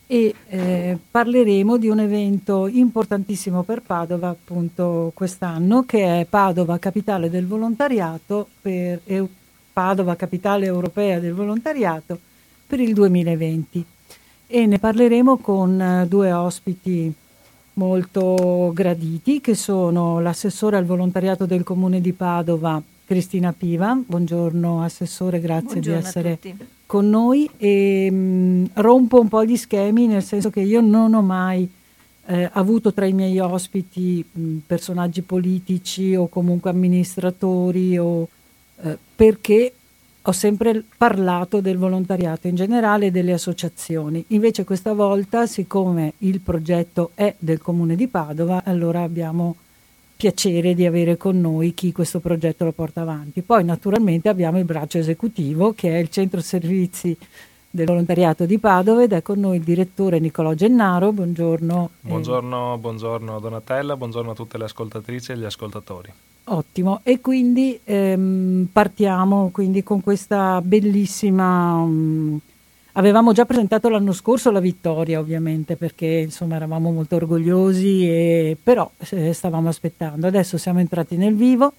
e parleremo di un evento importantissimo per Padova appunto quest'anno, che è Padova Capitale del Volontariato Padova Capitale Europea del Volontariato per il 2020, e ne parleremo con due ospiti molto graditi, che sono l'assessore al volontariato del Comune di Padova, Cristina Piva. Buongiorno Assessore, grazie di Buongiorno a essere tutti. con noi, e rompo un po' gli schemi, nel senso che io non ho mai avuto tra i miei ospiti personaggi politici o comunque amministratori, perché ho sempre parlato del volontariato in generale e delle associazioni. Invece questa volta, siccome il progetto è del Comune di Padova, allora abbiamo piacere di avere con noi chi questo progetto lo porta avanti. Poi naturalmente abbiamo il braccio esecutivo, che è il Centro Servizi del Volontariato di Padova, ed è con noi il direttore Nicolò Gennaro. Buongiorno. Buongiorno Donatella, buongiorno a tutte le ascoltatrici e gli ascoltatori. Ottimo, e quindi partiamo quindi con questa bellissima... avevamo già presentato l'anno scorso la vittoria, ovviamente, perché insomma eravamo molto orgogliosi, però stavamo aspettando. Adesso siamo entrati nel vivo,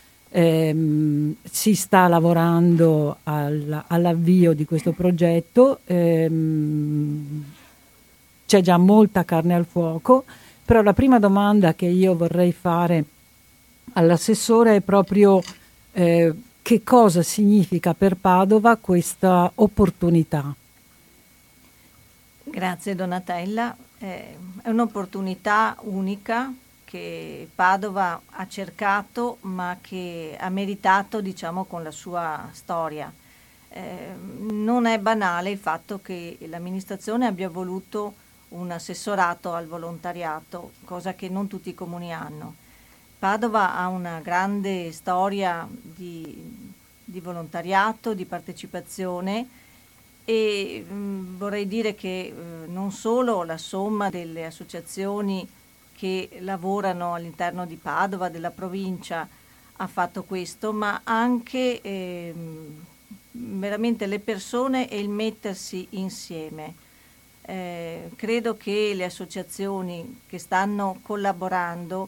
si sta lavorando all'avvio di questo progetto, c'è già molta carne al fuoco, però la prima domanda che io vorrei fare all'assessore è proprio che cosa significa per Padova questa opportunità? Grazie Donatella, è un'opportunità unica che Padova ha cercato, ma che ha meritato, diciamo, con la sua storia. Non è banale il fatto che l'amministrazione abbia voluto un assessorato al volontariato, cosa che non tutti i comuni hanno. Padova ha una grande storia di volontariato, di partecipazione, e vorrei dire che non solo la somma delle associazioni che lavorano all'interno di Padova, della provincia, ha fatto questo, ma anche veramente le persone e il mettersi insieme. Credo che le associazioni che stanno collaborando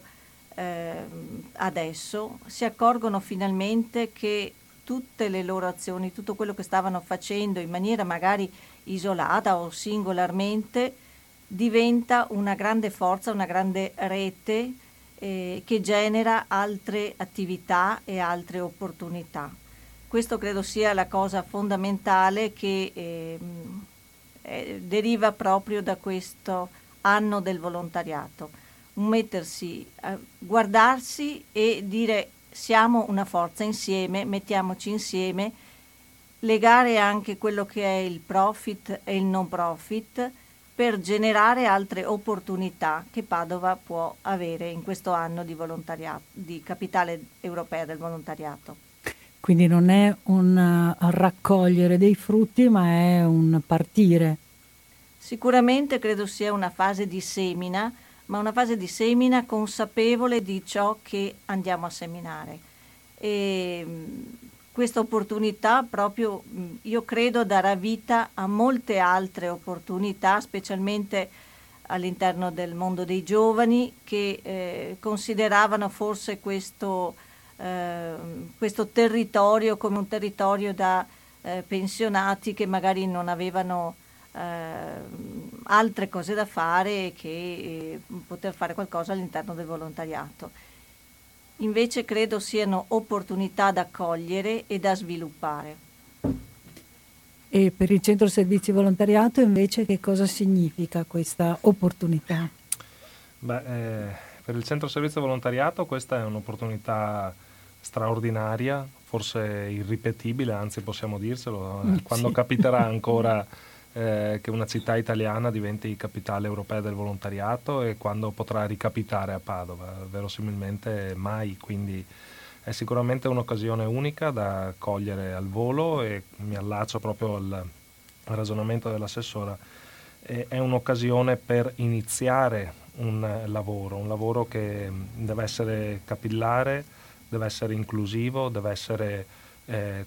adesso si accorgono finalmente che tutte le loro azioni, tutto quello che stavano facendo in maniera magari isolata o singolarmente, diventa una grande forza, una grande rete che genera altre attività e altre opportunità. Questo credo sia la cosa fondamentale che deriva proprio da questo anno del volontariato. Mettersi a guardarsi e dire: siamo una forza insieme, mettiamoci insieme, legare anche quello che è il profit e il non profit per generare altre opportunità che Padova può avere in questo anno di volontariato, di Capitale Europea del Volontariato. Quindi non è un raccogliere dei frutti, ma è un partire. Sicuramente credo sia una fase di semina, ma una fase di semina consapevole di ciò che andiamo a seminare. E questa opportunità proprio, io credo, darà vita a molte altre opportunità, specialmente all'interno del mondo dei giovani, che consideravano forse questo territorio come un territorio da pensionati che magari non avevano altre cose da fare che poter fare qualcosa all'interno del volontariato. Invece credo siano opportunità da cogliere e da sviluppare. E per il Centro Servizi Volontariato invece che cosa significa questa opportunità? Per il Centro Servizio Volontariato questa è un'opportunità straordinaria, forse irripetibile, anzi possiamo dirselo, quando capiterà ancora che una città italiana diventi capitale europea del volontariato e quando potrà ricapitare a Padova, verosimilmente mai, quindi è sicuramente un'occasione unica da cogliere al volo e mi allaccio proprio al ragionamento dell'assessora. È un'occasione per iniziare un lavoro che deve essere capillare, deve essere inclusivo, deve essere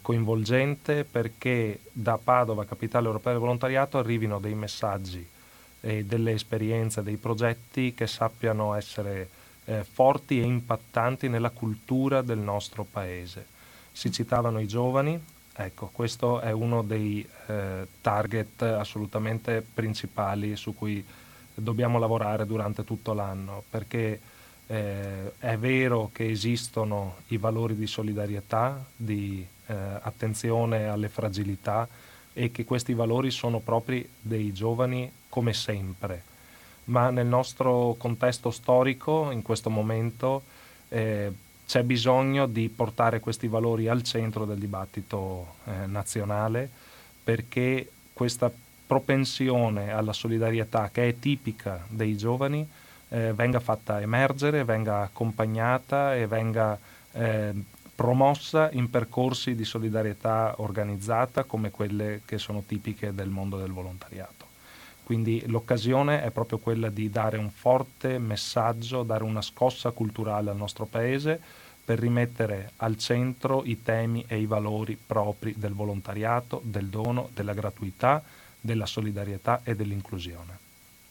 coinvolgente, perché da Padova, capitale europea del volontariato, arrivino dei messaggi e delle esperienze, dei progetti che sappiano essere forti e impattanti nella cultura del nostro paese. Si citavano i giovani, ecco, questo è uno dei target assolutamente principali su cui dobbiamo lavorare durante tutto l'anno, perché è vero che esistono i valori di solidarietà, di attenzione alle fragilità, e che questi valori sono propri dei giovani come sempre, ma nel nostro contesto storico, in questo momento, c'è bisogno di portare questi valori al centro del dibattito nazionale, perché questa propensione alla solidarietà che è tipica dei giovani venga fatta emergere, venga accompagnata e venga promossa in percorsi di solidarietà organizzata come quelle che sono tipiche del mondo del volontariato. Quindi l'occasione è proprio quella di dare un forte messaggio, dare una scossa culturale al nostro paese per rimettere al centro i temi e i valori propri del volontariato, del dono, della gratuità, della solidarietà e dell'inclusione.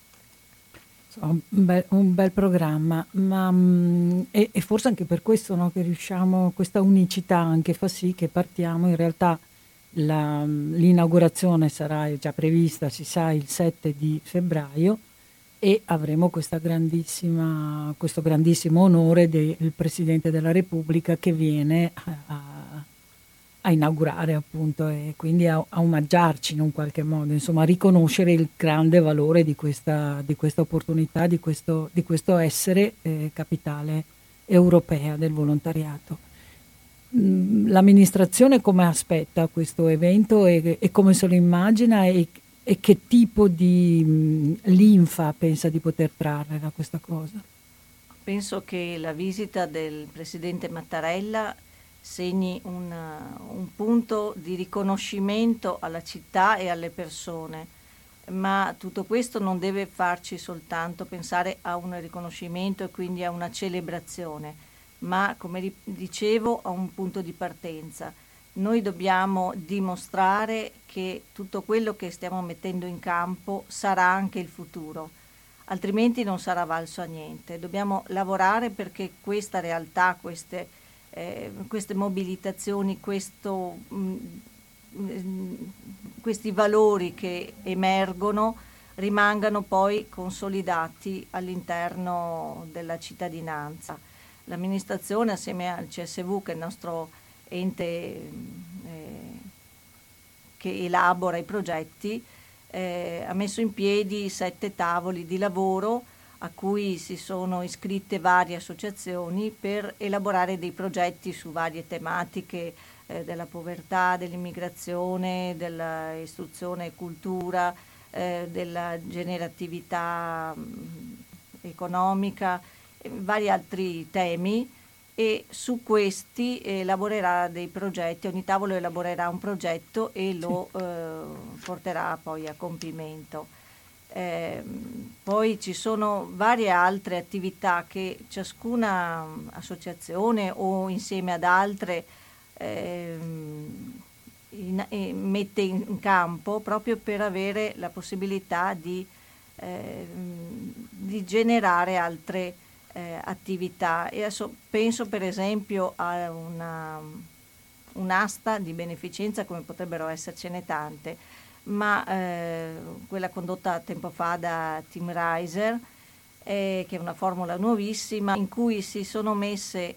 Un bel programma, ma e forse anche per questo, no, che riusciamo, questa unicità anche fa sì che partiamo. In realtà l'inaugurazione sarà già prevista, si sa, il 7 di febbraio e avremo questo grandissimo onore del Presidente della Repubblica che viene a inaugurare, appunto, e quindi a omaggiarci in un qualche modo, insomma a riconoscere il grande valore di questa opportunità, di questo essere capitale europea del volontariato. L'amministrazione come aspetta questo evento e come se lo immagina e che tipo di linfa pensa di poter trarre da questa cosa? Penso che la visita del Presidente Mattarella segni un punto di riconoscimento alla città e alle persone, ma tutto questo non deve farci soltanto pensare a un riconoscimento e quindi a una celebrazione, ma come dicevo a un punto di partenza. Noi dobbiamo dimostrare che tutto quello che stiamo mettendo in campo sarà anche il futuro, altrimenti non sarà valso a niente. Dobbiamo lavorare perché questa realtà, queste mobilitazioni, questi valori che emergono rimangano poi consolidati all'interno della cittadinanza. L'amministrazione assieme al CSV, che è il nostro ente che elabora i progetti, ha messo in piedi 7 tavoli di lavoro a cui si sono iscritte varie associazioni per elaborare dei progetti su varie tematiche della povertà, dell'immigrazione, dell'istruzione e cultura, della generatività economica, vari altri temi, e su questi elaborerà dei progetti, ogni tavolo elaborerà un progetto e lo porterà poi a compimento. Poi ci sono varie altre attività che ciascuna associazione o insieme ad altre mette in campo proprio per avere la possibilità di generare altre attività. E adesso penso per esempio a un'asta di beneficenza, come potrebbero essercene tante, ma quella condotta tempo fa da Team Riser, che è una formula nuovissima in cui si sono messe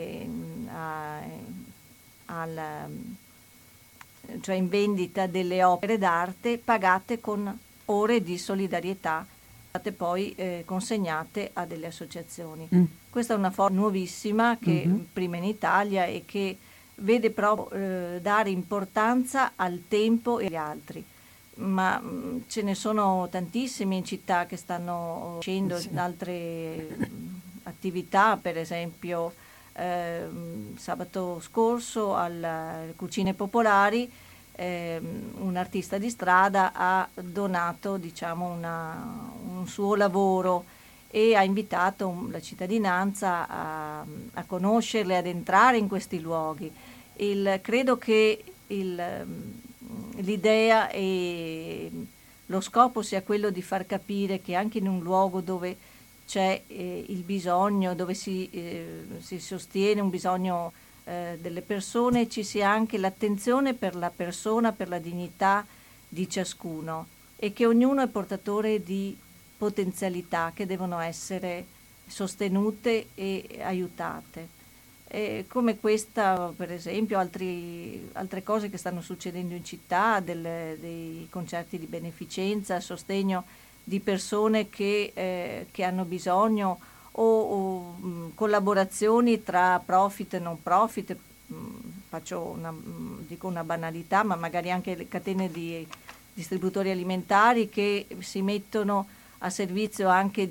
cioè in vendita delle opere d'arte pagate con ore di solidarietà, state poi consegnate a delle associazioni. Questa è una forma nuovissima che prima in Italia e che vede proprio dare importanza al tempo e agli altri. Ma ce ne sono tantissime in città che stanno facendo altre attività. Per esempio sabato scorso alle Cucine Popolari un artista di strada ha donato, diciamo, un suo lavoro e ha invitato la cittadinanza a conoscerle, ad entrare in questi luoghi. Credo che l'idea e lo scopo sia quello di far capire che anche in un luogo dove c'è il bisogno, dove si sostiene un bisogno delle persone, ci sia anche l'attenzione per la persona, per la dignità di ciascuno, e che ognuno è portatore di potenzialità che devono essere sostenute e aiutate. Come questa, per esempio, altre cose che stanno succedendo in città, dei concerti di beneficenza a sostegno di persone che hanno bisogno, o collaborazioni tra profit e non profit. Dico una banalità, ma magari anche le catene di distributori alimentari che si mettono a servizio anche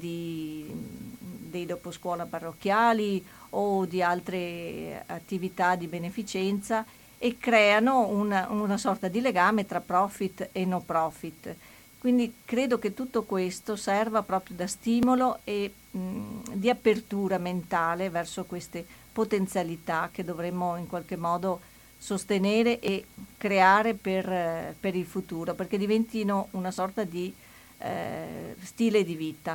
dei doposcuola parrocchiali o di altre attività di beneficenza, e creano una sorta di legame tra profit e no profit. Quindi credo che tutto questo serva proprio da stimolo e di apertura mentale verso queste potenzialità che dovremmo in qualche modo sostenere e creare per il futuro, perché diventino una sorta di stile di vita.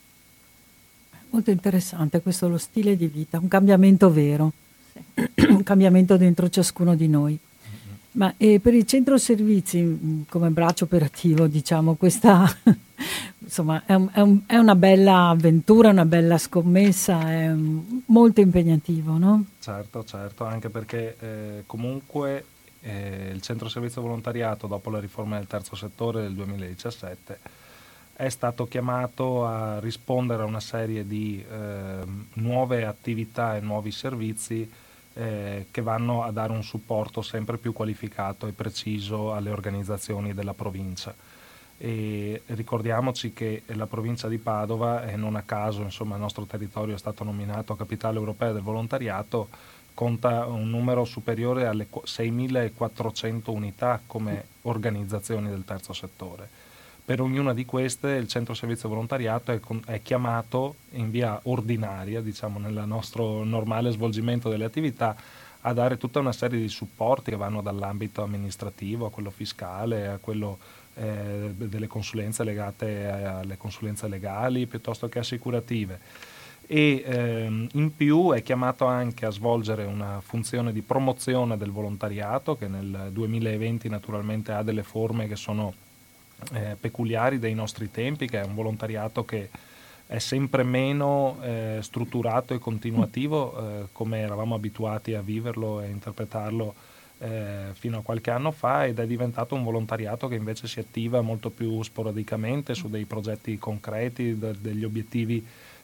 Molto interessante questo, lo stile di vita, un cambiamento vero, Sì. un cambiamento dentro ciascuno di noi. Ma per il centro servizi, come braccio operativo, diciamo, questa insomma è una bella avventura, una bella scommessa, è molto impegnativo, no? Certo, anche perché comunque il centro servizio volontariato, dopo la riforma del terzo settore del 2017, è stato chiamato a rispondere a una serie di nuove attività e nuovi servizi che vanno a dare un supporto sempre più qualificato e preciso alle organizzazioni della provincia. E ricordiamoci che la provincia di Padova, e non a caso insomma, il nostro territorio è stato nominato capitale europea del volontariato, conta un numero superiore alle 6.400 unità come organizzazioni del terzo settore. Per ognuna di queste il centro servizio volontariato è chiamato in via ordinaria, diciamo nel nostro normale svolgimento delle attività, a dare tutta una serie di supporti che vanno dall'ambito amministrativo a quello fiscale, a quello delle consulenze legate alle consulenze legali piuttosto che assicurative. E in più è chiamato anche a svolgere una funzione di promozione del volontariato, che nel 2020 naturalmente ha delle forme che sono peculiari dei nostri tempi, che è un volontariato che è sempre meno strutturato e continuativo come eravamo abituati a viverlo e interpretarlo fino a qualche anno fa, ed è diventato un volontariato che invece si attiva molto più sporadicamente su dei progetti concreti, degli obiettivi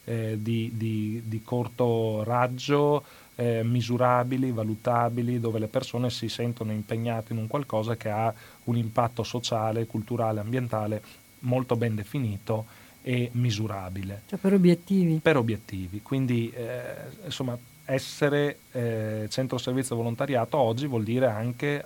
di corto raggio, misurabili, valutabili, dove le persone si sentono impegnate in un qualcosa che ha un impatto sociale, culturale, ambientale molto ben definito e misurabile. Cioè per obiettivi. Per obiettivi. Quindi insomma essere centro servizio volontariato oggi vuol dire anche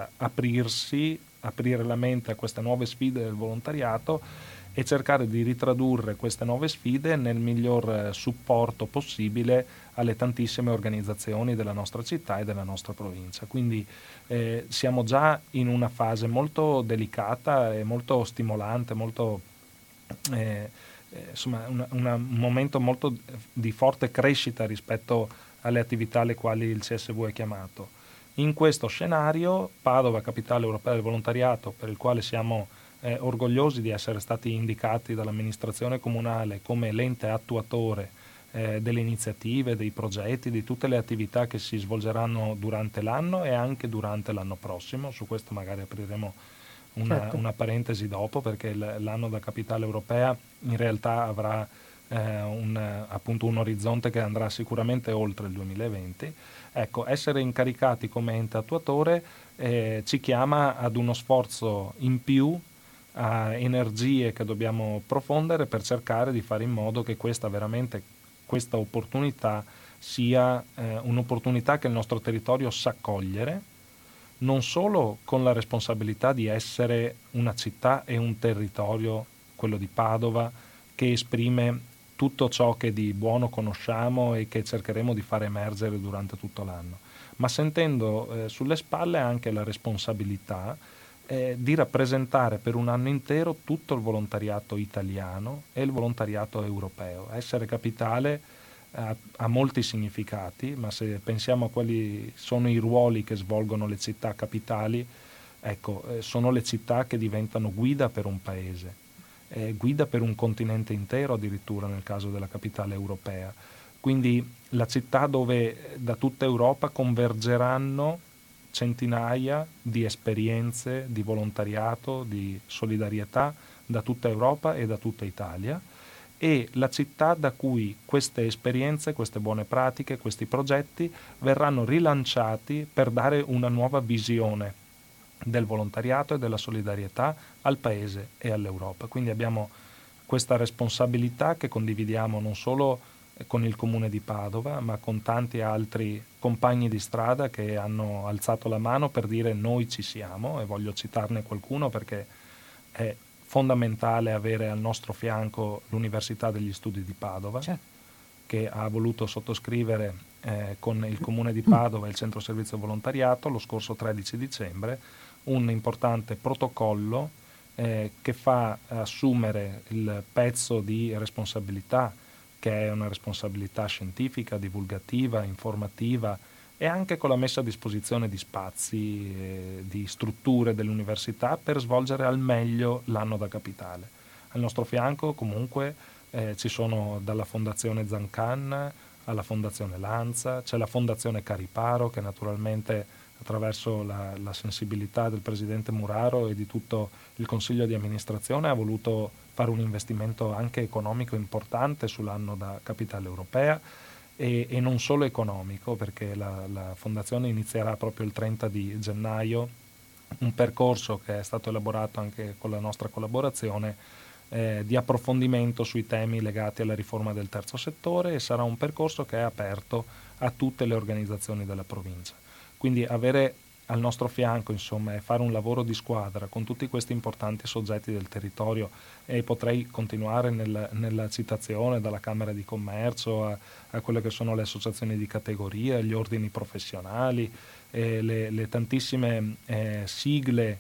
aprire la mente a queste nuove sfide del volontariato e cercare di ritradurre queste nuove sfide nel miglior supporto possibile alle tantissime organizzazioni della nostra città e della nostra provincia. Quindi siamo già in una fase molto delicata e molto stimolante, molto insomma un momento molto di forte crescita rispetto alle attività alle quali il CSV è chiamato. In questo scenario Padova, capitale europea del volontariato, per il quale siamo orgogliosi di essere stati indicati dall'amministrazione comunale come l'ente attuatore delle iniziative, dei progetti, di tutte le attività che si svolgeranno durante l'anno e anche durante l'anno prossimo. Su questo magari apriremo una parentesi dopo, perché l'anno da capitale europea in realtà avrà appunto un orizzonte che andrà sicuramente oltre il 2020. Ecco, essere incaricati come ente attuatore ci chiama ad uno sforzo in più, a energie che dobbiamo profondere per cercare di fare in modo che questa opportunità sia un'opportunità che il nostro territorio sa cogliere, non solo con la responsabilità di essere una città e un territorio, quello di Padova, che esprime tutto ciò che di buono conosciamo e che cercheremo di far emergere durante tutto l'anno, ma sentendo sulle spalle anche la responsabilità di rappresentare per un anno intero tutto il volontariato italiano e il volontariato europeo. Essere capitale ha molti significati, ma se pensiamo a quali sono i ruoli che svolgono le città capitali, ecco, sono le città che diventano guida per un paese, guida per un continente intero addirittura nel caso della capitale europea. Quindi la città dove da tutta Europa convergeranno centinaia di esperienze di volontariato, di solidarietà da tutta Europa e da tutta Italia, e la città da cui queste esperienze, queste buone pratiche, questi progetti verranno rilanciati per dare una nuova visione del volontariato e della solidarietà al Paese e all'Europa. Quindi abbiamo questa responsabilità che condividiamo non solo con il Comune di Padova, ma con tanti altri compagni di strada che hanno alzato la mano per dire noi ci siamo, e voglio citarne qualcuno perché è fondamentale avere al nostro fianco l'Università degli Studi di Padova, che ha voluto sottoscrivere con il Comune di Padova e il Centro Servizio Volontariato lo scorso 13 dicembre un importante protocollo che fa assumere il pezzo di responsabilità, che è una responsabilità scientifica, divulgativa, informativa, e anche con la messa a disposizione di spazi, di strutture dell'università per svolgere al meglio l'anno da capitale. Al nostro fianco comunque ci sono dalla Fondazione Zancan alla Fondazione Lanza, c'è la Fondazione Cariparo che naturalmente attraverso la sensibilità del Presidente Muraro e di tutto il Consiglio di amministrazione ha voluto fare un investimento anche economico importante sull'anno da capitale europea e non solo economico, perché la Fondazione inizierà proprio il 30 di gennaio un percorso che è stato elaborato anche con la nostra collaborazione di approfondimento sui temi legati alla riforma del terzo settore, e sarà un percorso che è aperto a tutte le organizzazioni della provincia. Quindi avere al nostro fianco, insomma, e fare un lavoro di squadra con tutti questi importanti soggetti del territorio, e potrei continuare nella citazione dalla Camera di Commercio a quelle che sono le associazioni di categoria, gli ordini professionali, le tantissime sigle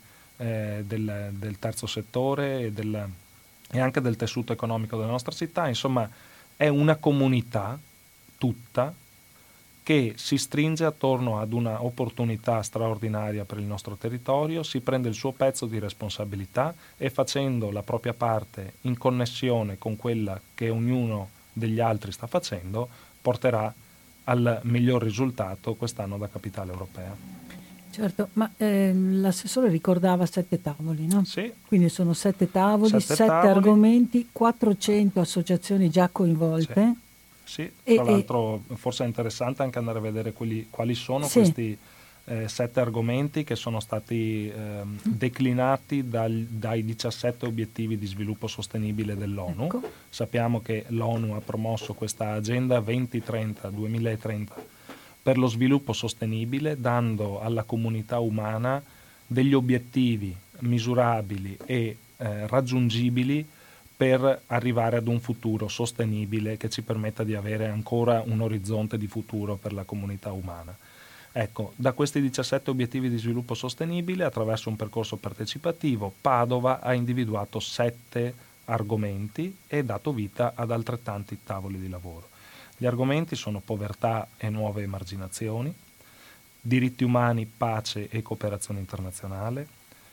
del terzo settore e anche del tessuto economico della nostra città. Insomma, è una comunità tutta che si stringe attorno ad una opportunità straordinaria per il nostro territorio, si prende il suo pezzo di responsabilità e, facendo la propria parte in connessione con quella che ognuno degli altri sta facendo, porterà al miglior risultato quest'anno da capitale europea. Certo, ma l'assessore ricordava 7 tavoli, no? Sì. Quindi sono 7 tavoli, 7 tavoli. Argomenti, 400 associazioni già coinvolte. Sì, tra l'altro forse è interessante anche andare a vedere quali sono questi 7 argomenti che sono stati declinati dai 17 obiettivi di sviluppo sostenibile dell'ONU. Ecco. Sappiamo che l'ONU ha promosso questa agenda 2030-2030 per lo sviluppo sostenibile, dando alla comunità umana degli obiettivi misurabili e raggiungibili per arrivare ad un futuro sostenibile che ci permetta di avere ancora un orizzonte di futuro per la comunità umana. Ecco, da questi 17 obiettivi di sviluppo sostenibile, attraverso un percorso partecipativo, Padova ha individuato 7 argomenti e dato vita ad altrettanti tavoli di lavoro. Gli argomenti sono povertà e nuove emarginazioni, diritti umani, pace e cooperazione internazionale,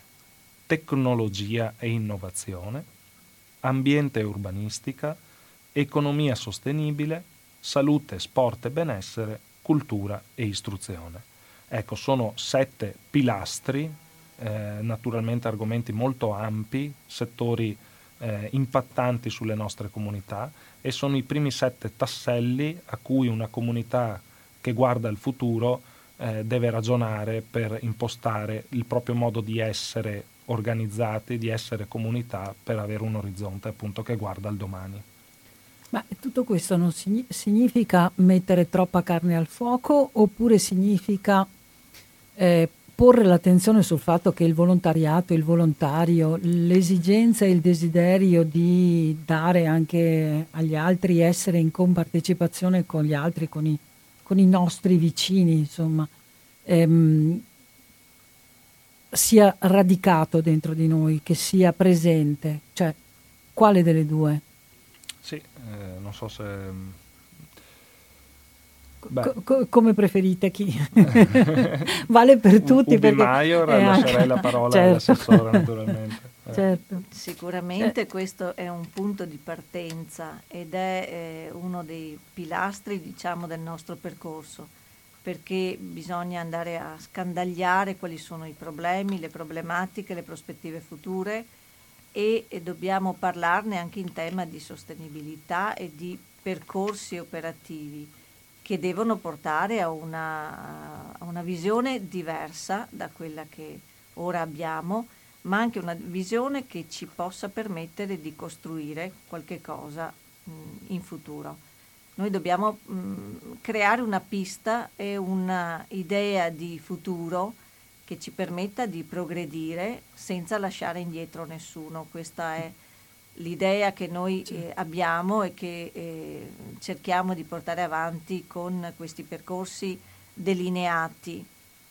tecnologia e innovazione, ambiente e urbanistica, economia sostenibile, salute, sport e benessere, cultura e istruzione. Ecco, sono 7 pilastri, naturalmente argomenti molto ampi, settori impattanti sulle nostre comunità, e sono i primi 7 tasselli a cui una comunità che guarda al futuro deve ragionare per impostare il proprio modo di essere organizzati, di essere comunità, per avere un orizzonte appunto che guarda al domani. Ma tutto questo non significa mettere troppa carne al fuoco, oppure significa porre l'attenzione sul fatto che il volontariato, il volontario, l'esigenza e il desiderio di dare anche agli altri, essere in compartecipazione con gli altri, con i nostri vicini, insomma, sia radicato dentro di noi, che sia presente? Cioè, quale delle due? Sì, non so se... Come preferite chi? Vale per tutti. Ubi Maior, lascerei la parola all'assessore naturalmente. Certo. Sicuramente questo è un punto di partenza ed è uno dei pilastri, diciamo, del nostro percorso, perché bisogna andare a scandagliare quali sono i problemi, le problematiche, le prospettive future e dobbiamo parlarne anche in tema di sostenibilità e di percorsi operativi che devono portare a una visione diversa da quella che ora abbiamo, ma anche una visione che ci possa permettere di costruire qualche cosa in futuro. Noi dobbiamo creare una pista e una idea di futuro che ci permetta di progredire senza lasciare indietro nessuno. Questa è l'idea che noi abbiamo e che cerchiamo di portare avanti con questi percorsi delineati.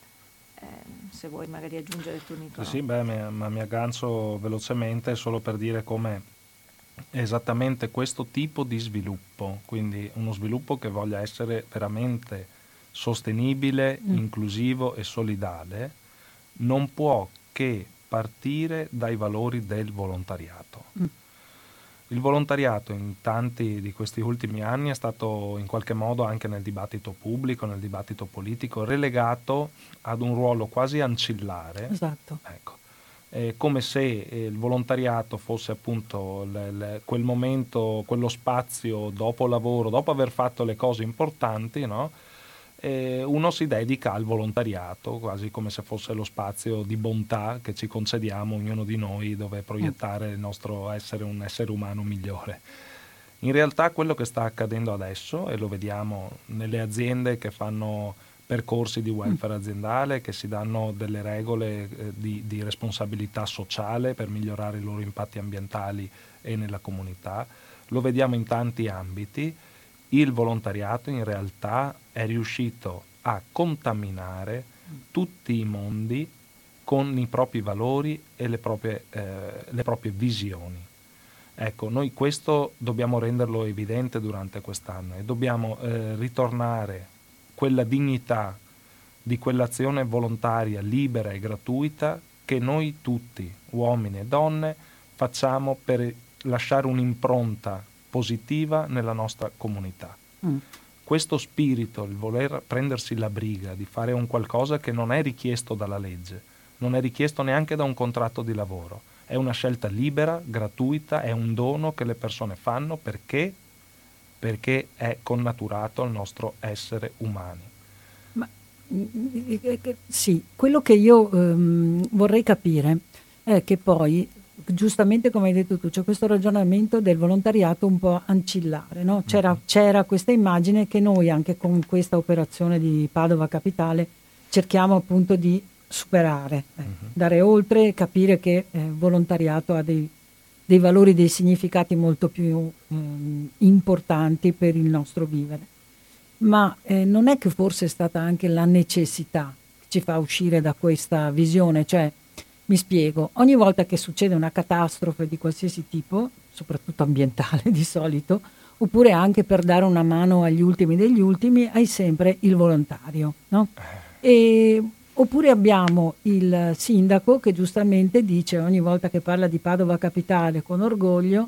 Se vuoi magari aggiungere tu, Nicola. Sì, ma mi aggancio velocemente solo per dire come esattamente questo tipo di sviluppo, quindi uno sviluppo che voglia essere veramente sostenibile, inclusivo e solidale, non può che partire dai valori del volontariato. Il volontariato in tanti di questi ultimi anni è stato in qualche modo anche nel dibattito pubblico, nel dibattito politico, relegato ad un ruolo quasi ancillare. Esatto. Ecco. Come se il volontariato fosse appunto quel momento, quello spazio dopo lavoro, dopo aver fatto le cose importanti, no? Uno si dedica al volontariato, quasi come se fosse lo spazio di bontà che ci concediamo ognuno di noi, dove proiettare il nostro essere un essere umano migliore. In realtà quello che sta accadendo adesso, e lo vediamo nelle aziende che fanno percorsi di welfare aziendale, che si danno delle regole di responsabilità sociale per migliorare i loro impatti ambientali e nella comunità, lo vediamo in tanti ambiti. Il volontariato in realtà è riuscito a contaminare tutti i mondi con i propri valori e le proprie visioni. Ecco, noi questo dobbiamo renderlo evidente durante quest'anno e dobbiamo ritornare quella dignità di quell'azione volontaria, libera e gratuita che noi tutti, uomini e donne, facciamo per lasciare un'impronta positiva nella nostra comunità. Questo spirito, il voler prendersi la briga di fare un qualcosa che non è richiesto dalla legge, non è richiesto neanche da un contratto di lavoro, è una scelta libera, gratuita, è un dono che le persone fanno perché è connaturato al nostro essere umani. Ma, sì, quello che io vorrei capire è che poi, giustamente come hai detto tu, c'è questo ragionamento del volontariato un po' ancillare, no? C'era questa immagine che noi anche con questa operazione di Padova Capitale cerchiamo appunto di superare, dare oltre, capire che volontariato ha dei valori, dei significati molto più importanti per il nostro vivere. Ma non è che forse è stata anche la necessità che ci fa uscire da questa visione? Cioè, mi spiego, ogni volta che succede una catastrofe di qualsiasi tipo, soprattutto ambientale di solito, oppure anche per dare una mano agli ultimi degli ultimi, hai sempre il volontario, no? Oppure abbiamo il sindaco che giustamente dice ogni volta che parla di Padova Capitale con orgoglio,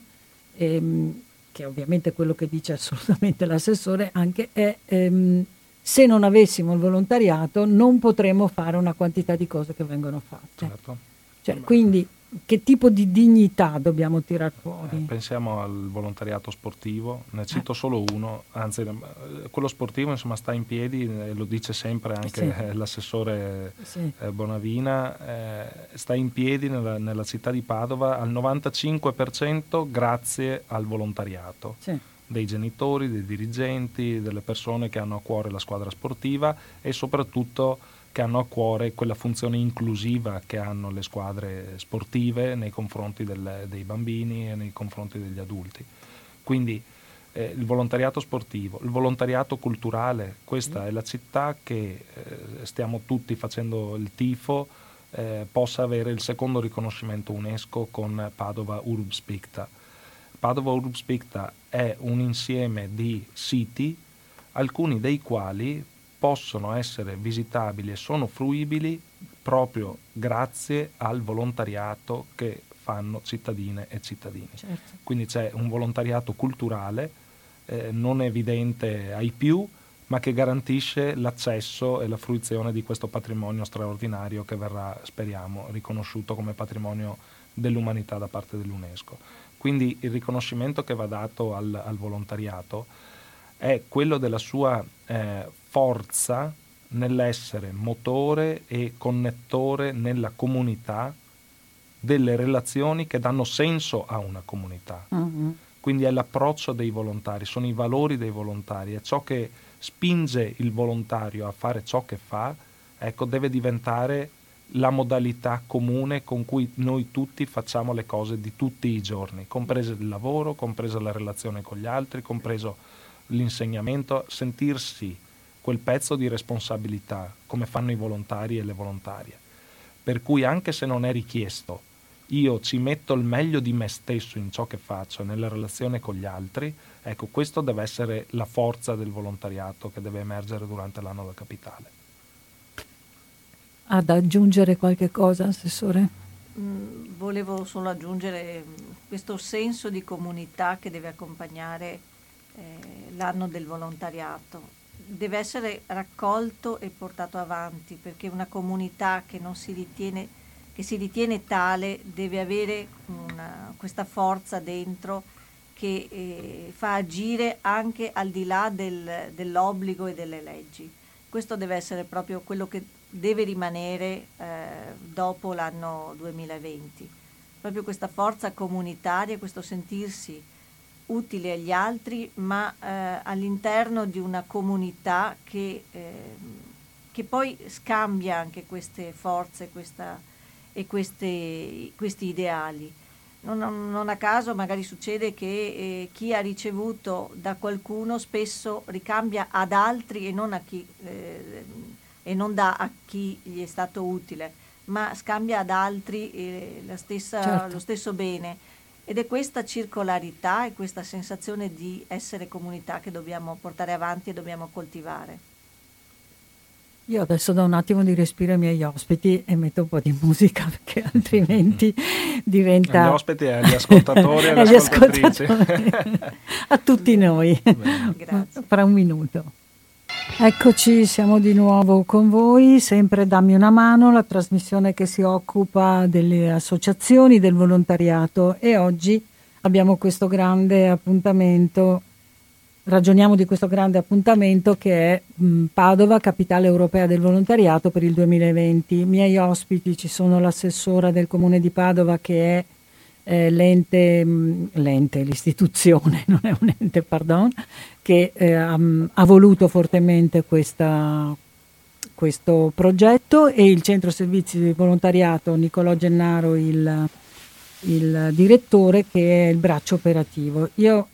che ovviamente è quello che dice assolutamente l'assessore, anche è se non avessimo il volontariato non potremmo fare una quantità di cose che vengono fatte. Certo. Cioè, quindi che tipo di dignità dobbiamo tirar fuori? Pensiamo al volontariato sportivo, ne cito solo uno, anzi quello sportivo insomma sta in piedi, lo dice sempre anche l'assessore Bonavina, sta in piedi nella città di Padova al 95% grazie al volontariato. Dei genitori, dei dirigenti, delle persone che hanno a cuore la squadra sportiva e soprattutto che hanno a cuore quella funzione inclusiva che hanno le squadre sportive nei confronti dei bambini e nei confronti degli adulti. Quindi il volontariato sportivo, il volontariato culturale, questa è la città che stiamo tutti facendo il tifo possa avere il secondo riconoscimento UNESCO con Padova Urbs Picta. Padova Urbs Picta è un insieme di siti, alcuni dei quali possono essere visitabili e sono fruibili proprio grazie al volontariato che fanno cittadine e cittadini. Certo. Quindi c'è un volontariato culturale non evidente ai più, ma che garantisce l'accesso e la fruizione di questo patrimonio straordinario che verrà, speriamo, riconosciuto come patrimonio dell'umanità da parte dell'UNESCO. Quindi il riconoscimento che va dato al volontariato è quello della sua forza nell'essere motore e connettore nella comunità delle relazioni che danno senso a una comunità. Uh-huh. Quindi è l'approccio dei volontari, sono i valori dei volontari, è ciò che spinge il volontario a fare ciò che fa, ecco, deve diventare la modalità comune con cui noi tutti facciamo le cose di tutti i giorni, comprese il lavoro, compresa la relazione con gli altri, compreso l'insegnamento, sentirsi quel pezzo di responsabilità, come fanno i volontari e le volontarie. Per cui anche se non è richiesto, io ci metto il meglio di me stesso in ciò che faccio, nella relazione con gli altri, ecco, questo deve essere la forza del volontariato che deve emergere durante l'anno da capitale. Ad aggiungere qualche cosa, Assessore? Volevo solo aggiungere questo senso di comunità che deve accompagnare l'anno del volontariato. Deve essere raccolto e portato avanti, perché una comunità che si ritiene tale deve avere questa forza dentro che fa agire anche al di là dell'obbligo e delle leggi. Questo deve essere proprio quello che deve rimanere dopo l'anno 2020. Proprio questa forza comunitaria, questo sentirsi utile agli altri, ma all'interno di una comunità che poi scambia anche queste forze questi ideali. Non a caso magari succede che chi ha ricevuto da qualcuno spesso ricambia ad altri e non dà a chi gli è stato utile, ma scambia ad altri certo. lo stesso bene. Ed è questa circolarità e questa sensazione di essere comunità che dobbiamo portare avanti e dobbiamo coltivare. Io adesso do un attimo di respiro ai miei ospiti e metto un po' di musica, perché altrimenti diventa... Agli ospiti e agli ascoltatori e alle ascoltatrici. A tutti noi. Grazie. Fra un minuto. Eccoci, siamo di nuovo con voi, sempre Dammi una mano, la trasmissione che si occupa delle associazioni, del volontariato, e oggi abbiamo questo grande appuntamento, ragioniamo di questo grande appuntamento che è Padova, capitale europea del volontariato per il 2020. I miei ospiti ci sono l'assessora del comune di Padova, che è l'istituzione, non è un ente, pardon, che ha voluto fortemente questo progetto, e il centro servizi di volontariato Nicolò Gennaro, il direttore, che è il braccio operativo. Io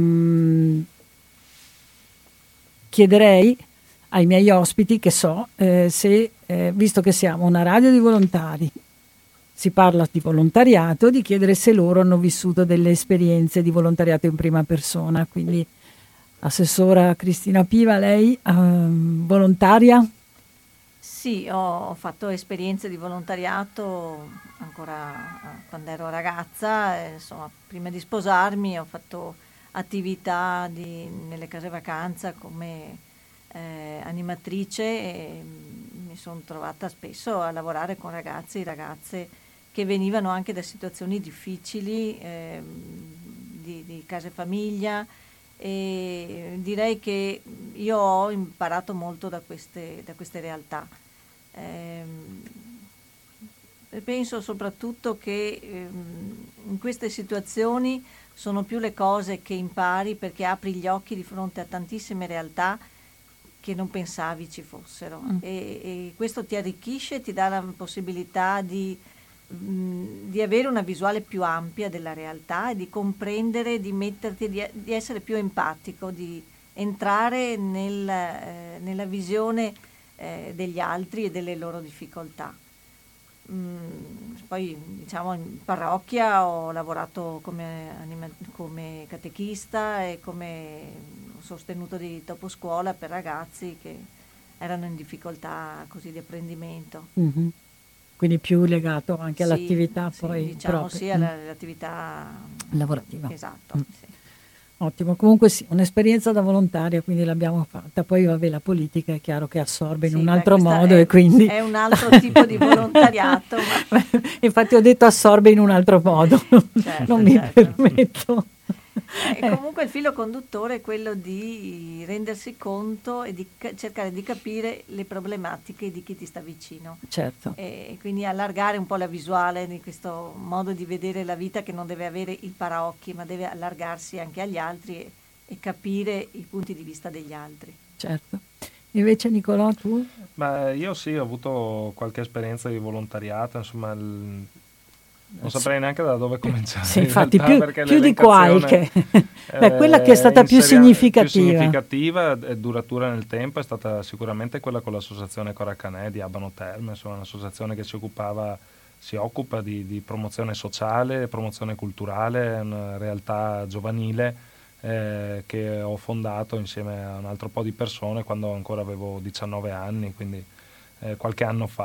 chiederei ai miei ospiti, che visto che siamo una radio di volontari, si parla di volontariato, di chiedere se loro hanno vissuto delle esperienze di volontariato in prima persona. Quindi, assessora Cristina Piva, lei volontaria? Sì, ho fatto esperienze di volontariato ancora quando ero ragazza, insomma, prima di sposarmi ho fatto attività nelle case vacanza come animatrice, e mi sono trovata spesso a lavorare con ragazzi e ragazze che venivano anche da situazioni difficili, di case famiglia, e direi che io ho imparato molto da queste realtà. Penso soprattutto che in queste situazioni sono più le cose che impari, perché apri gli occhi di fronte a tantissime realtà che non pensavi ci fossero, e questo ti arricchisce, ti dà la possibilità di avere una visuale più ampia della realtà e di comprendere, di metterti, di essere più empatico, di entrare nella visione degli altri e delle loro difficoltà. Poi diciamo in parrocchia ho lavorato come catechista e come sostenuto di dopo scuola per ragazzi che erano in difficoltà così di apprendimento. Mm-hmm. Quindi più legato anche all'attività poi diciamo propria. sì, all'attività lavorativa. Esatto, sì. Ottimo, comunque sì, un'esperienza da volontaria, quindi l'abbiamo fatta. Poi vabbè, la politica è chiaro che assorbe in un altro modo e quindi... È un altro tipo di volontariato. Ma... Infatti ho detto assorbe in un altro modo, certo, non mi permetto. Comunque il filo conduttore è quello di rendersi conto e di cercare di capire le problematiche di chi ti sta vicino. Certo. E quindi allargare un po' la visuale di questo modo di vedere la vita che non deve avere il paraocchi, ma deve allargarsi anche agli altri e capire i punti di vista degli altri. Certo. Invece Nicolò, tu? Io sì, ho avuto qualche esperienza di volontariato, insomma... Non saprei neanche da dove cominciare. Sì, infatti realtà, più di qualche. Quella che è stata più significativa. Più significativa e duratura nel tempo è stata sicuramente quella con l'associazione Coracanè di Abano Terme, insomma un'associazione che si occupa di promozione sociale, promozione culturale, una realtà giovanile che ho fondato insieme a un altro po' di persone quando ancora avevo 19 anni, quindi qualche anno fa.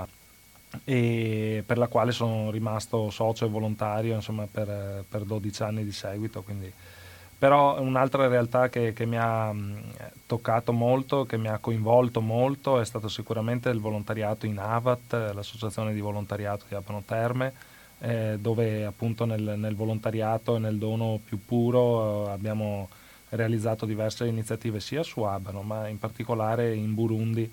E per la quale sono rimasto socio e volontario insomma per 12 anni di seguito, quindi. Però un'altra realtà che mi ha toccato molto, che mi ha coinvolto molto è stato sicuramente il volontariato in AVAT, l'associazione di volontariato di Abano Terme, dove appunto nel volontariato e nel dono più puro abbiamo realizzato diverse iniziative sia su Abano ma in particolare in Burundi,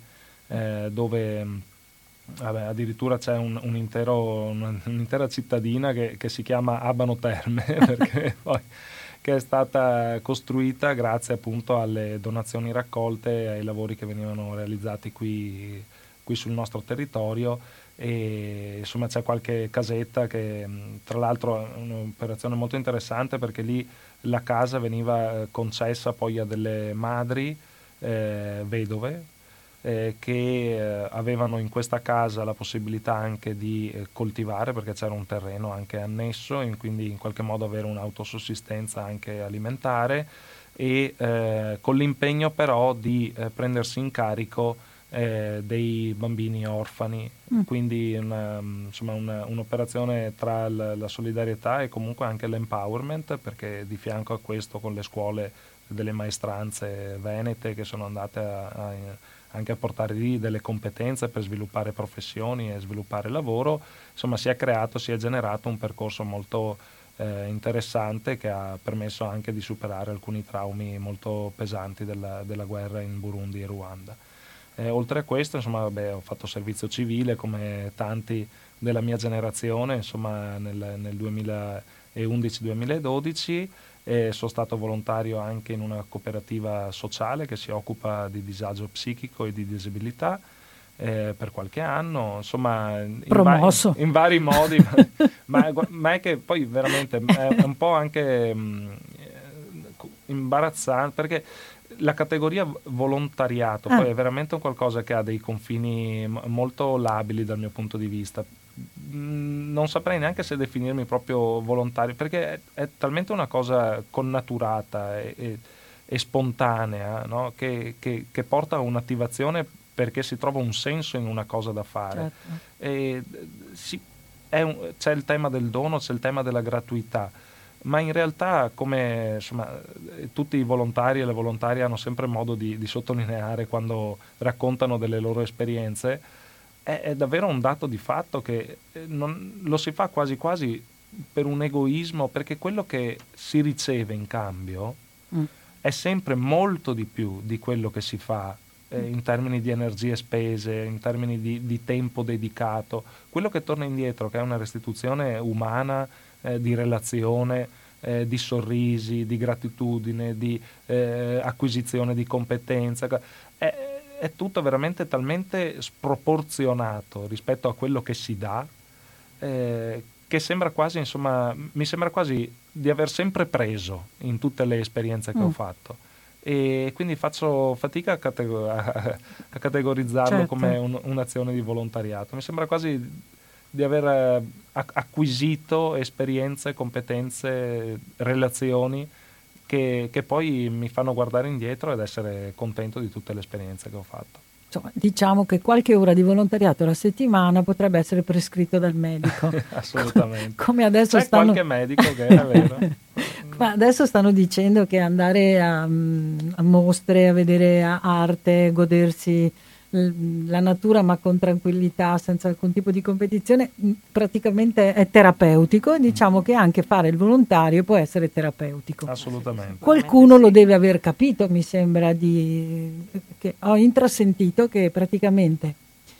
dove addirittura c'è un'intera cittadina che si chiama Abano Terme perché poi che è stata costruita grazie appunto alle donazioni raccolte e ai lavori che venivano realizzati qui sul nostro territorio, e insomma c'è qualche casetta che tra l'altro è un'operazione molto interessante perché lì la casa veniva concessa poi a delle madri vedove che avevano in questa casa la possibilità anche di coltivare, perché c'era un terreno anche annesso e quindi in qualche modo avere un'autosussistenza anche alimentare, e con l'impegno però di prendersi in carico dei bambini orfani, quindi un'operazione tra la solidarietà e comunque anche l'empowerment, perché di fianco a questo con le scuole delle maestranze venete che sono andate anche a portare lì delle competenze per sviluppare professioni e sviluppare lavoro, insomma si è generato un percorso molto interessante che ha permesso anche di superare alcuni traumi molto pesanti della guerra in Burundi e Ruanda. Oltre a questo, insomma, ho fatto servizio civile come tanti della mia generazione, insomma, nel 2011-2012, e sono stato volontario anche in una cooperativa sociale che si occupa di disagio psichico e di disabilità per qualche anno, insomma promosso in vari modi, ma è che poi veramente è un po' anche imbarazzante, perché la categoria volontariato poi è veramente un qualcosa che ha dei confini molto labili dal mio punto di vista. Non saprei neanche se definirmi proprio volontario, perché è talmente una cosa connaturata e spontanea, no? che porta a un'attivazione perché si trova un senso in una cosa da fare. Certo. C'è il tema del dono, c'è il tema della gratuità, ma in realtà, come insomma, tutti i volontari e le volontarie hanno sempre modo di sottolineare quando raccontano delle loro esperienze, è davvero un dato di fatto che lo si fa quasi quasi per un egoismo, perché quello che si riceve in cambio è sempre molto di più di quello che si fa in termini di energie spese, in termini di tempo dedicato. Quello che torna indietro, che è una restituzione umana, di relazione, di sorrisi, di gratitudine, di acquisizione di competenza, è tutto veramente talmente sproporzionato rispetto a quello che si dà, che sembra quasi, insomma, mi sembra quasi di aver sempre preso in tutte le esperienze che ho fatto, e quindi faccio fatica a categorizzarlo certo. come un'azione di volontariato. Mi sembra quasi di aver acquisito esperienze, competenze, relazioni che poi mi fanno guardare indietro ed essere contento di tutte le esperienze che ho fatto. Insomma, diciamo che qualche ora di volontariato alla settimana potrebbe essere prescritto dal medico. Assolutamente. Come adesso c'è qualche medico che è vero. Ma adesso stanno dicendo che andare a mostre, a vedere arte, godersi la natura ma con tranquillità, senza alcun tipo di competizione, praticamente è terapeutico, e diciamo che anche fare il volontario può essere terapeutico. Assolutamente. Qualcuno lo deve aver capito, mi sembra, che ho intrasentito che praticamente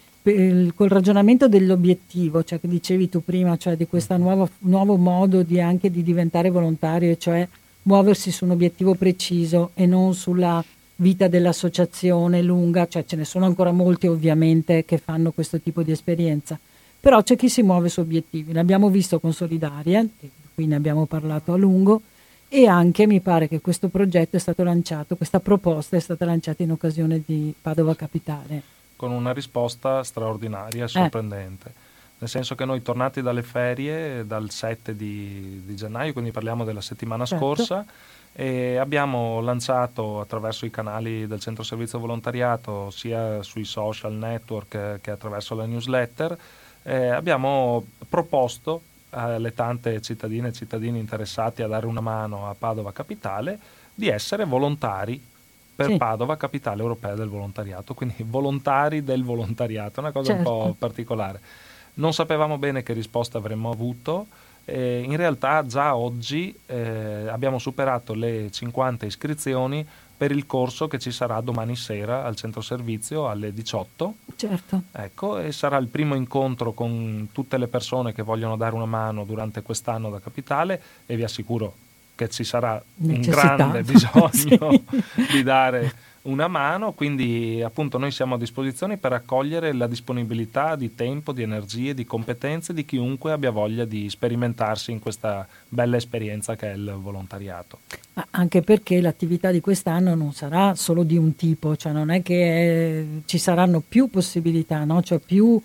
col ragionamento dell'obiettivo, cioè che dicevi tu prima, cioè di questo nuovo modo anche di diventare volontario, cioè muoversi su un obiettivo preciso e non sulla vita dell'associazione lunga, cioè ce ne sono ancora molti ovviamente che fanno questo tipo di esperienza, però c'è chi si muove su obiettivi. L'abbiamo visto con Solidaria, di cui ne abbiamo parlato a lungo, e anche mi pare che questo progetto è stato lanciato, questa proposta è stata lanciata in occasione di Padova Capitale. Con una risposta straordinaria e sorprendente. Nel senso che noi, tornati dalle ferie dal 7 di gennaio, quindi parliamo della settimana scorsa, e abbiamo lanciato attraverso i canali del Centro Servizio Volontariato, sia sui social network che attraverso la newsletter, abbiamo proposto alle tante cittadine e cittadini interessati a dare una mano a Padova Capitale di essere volontari per Padova Capitale Europea del Volontariato, quindi volontari del volontariato, una cosa un po' particolare. Non sapevamo bene che risposta avremmo avuto. In realtà già oggi abbiamo superato le 50 iscrizioni per il corso che ci sarà domani sera al centro servizio alle 18. Certo. Ecco, e sarà il primo incontro con tutte le persone che vogliono dare una mano durante quest'anno da Capitale, e vi assicuro che ci sarà un grande bisogno di dare una mano, quindi appunto noi siamo a disposizione per accogliere la disponibilità di tempo, di energie, di competenze di chiunque abbia voglia di sperimentarsi in questa bella esperienza che è il volontariato. Ma anche perché l'attività di quest'anno non sarà solo di un tipo, cioè non è che ci saranno più possibilità, no? Cioè più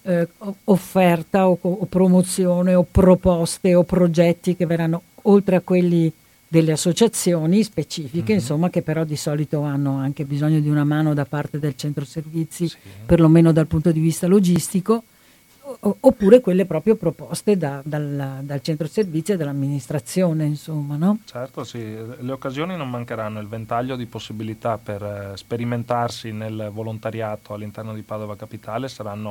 offerta o promozione o proposte o progetti che verranno oltre a quelli delle associazioni specifiche, insomma, che però di solito hanno anche bisogno di una mano da parte del centro servizi, perlomeno dal punto di vista logistico, oppure quelle proprio proposte dal centro servizi e dall'amministrazione, insomma, no? Certo, sì, le occasioni non mancheranno, il ventaglio di possibilità per sperimentarsi nel volontariato all'interno di Padova Capitale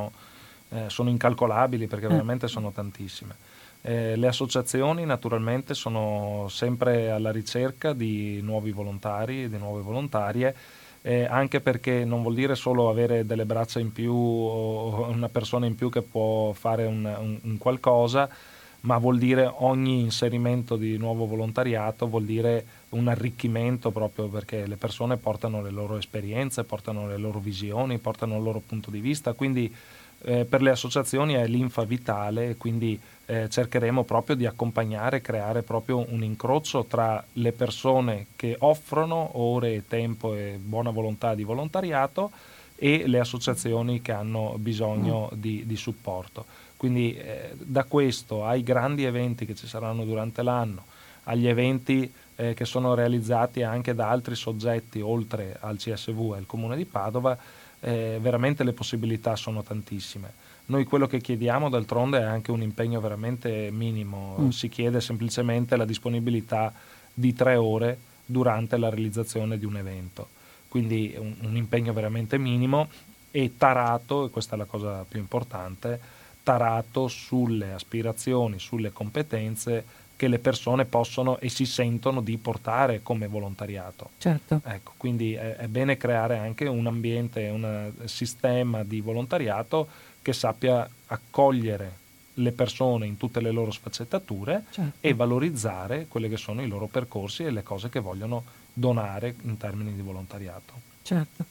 sono incalcolabili, perché veramente sono tantissime. Le associazioni naturalmente sono sempre alla ricerca di nuovi volontari, di nuove volontarie, anche perché non vuol dire solo avere delle braccia in più o una persona in più che può fare un qualcosa, ma vuol dire ogni inserimento di nuovo volontariato vuol dire un arricchimento, proprio perché le persone portano le loro esperienze, portano le loro visioni, portano il loro punto di vista, quindi per le associazioni è linfa vitale, e quindi cercheremo proprio di accompagnare, creare proprio un incrocio tra le persone che offrono ore, tempo e buona volontà di volontariato e le associazioni che hanno bisogno di supporto. Quindi da questo ai grandi eventi che ci saranno durante l'anno, agli eventi che sono realizzati anche da altri soggetti oltre al CSV e al Comune di Padova, veramente le possibilità sono tantissime. Noi quello che chiediamo d'altronde è anche un impegno veramente minimo, si chiede semplicemente la disponibilità di 3 ore durante la realizzazione di un evento, quindi un impegno veramente minimo e tarato, e questa è la cosa più importante, tarato sulle aspirazioni, sulle competenze che le persone possono e si sentono di portare come volontariato. Certo. Ecco, quindi è bene creare anche un ambiente, un sistema di volontariato che sappia accogliere le persone in tutte le loro sfaccettature, e valorizzare quelli che sono i loro percorsi e le cose che vogliono donare in termini di volontariato. Certo.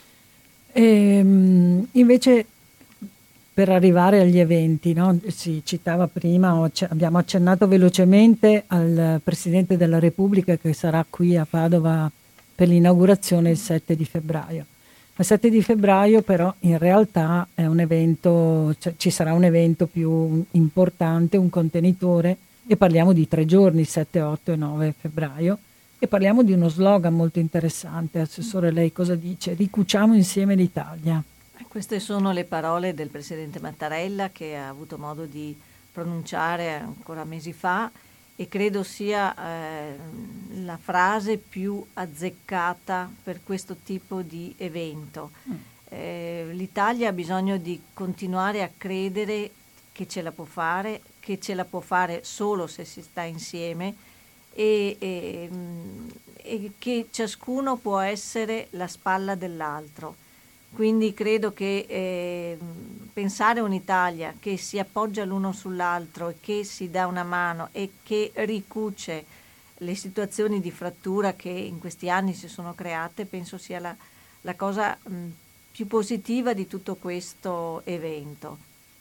Invece, per arrivare agli eventi, no? Si citava prima, abbiamo accennato velocemente al Presidente della Repubblica che sarà qui a Padova per l'inaugurazione il 7 di febbraio. Il 7 di febbraio però in realtà è un evento, cioè, ci sarà un evento più importante, un contenitore, e parliamo di 3 giorni, 7, 8 e 9 febbraio, e parliamo di uno slogan molto interessante. Assessore, lei cosa dice? Ricuciamo insieme l'Italia. Queste sono le parole del Presidente Mattarella, che ha avuto modo di pronunciare ancora mesi fa, e credo sia la frase più azzeccata per questo tipo di evento. L'Italia ha bisogno di continuare a credere che ce la può fare solo se si sta insieme, e che ciascuno può essere la spalla dell'altro. Quindi credo che pensare a un'Italia che si appoggia l'uno sull'altro e che si dà una mano e che ricuce le situazioni di frattura che in questi anni si sono create, penso sia la cosa più positiva di tutto questo evento.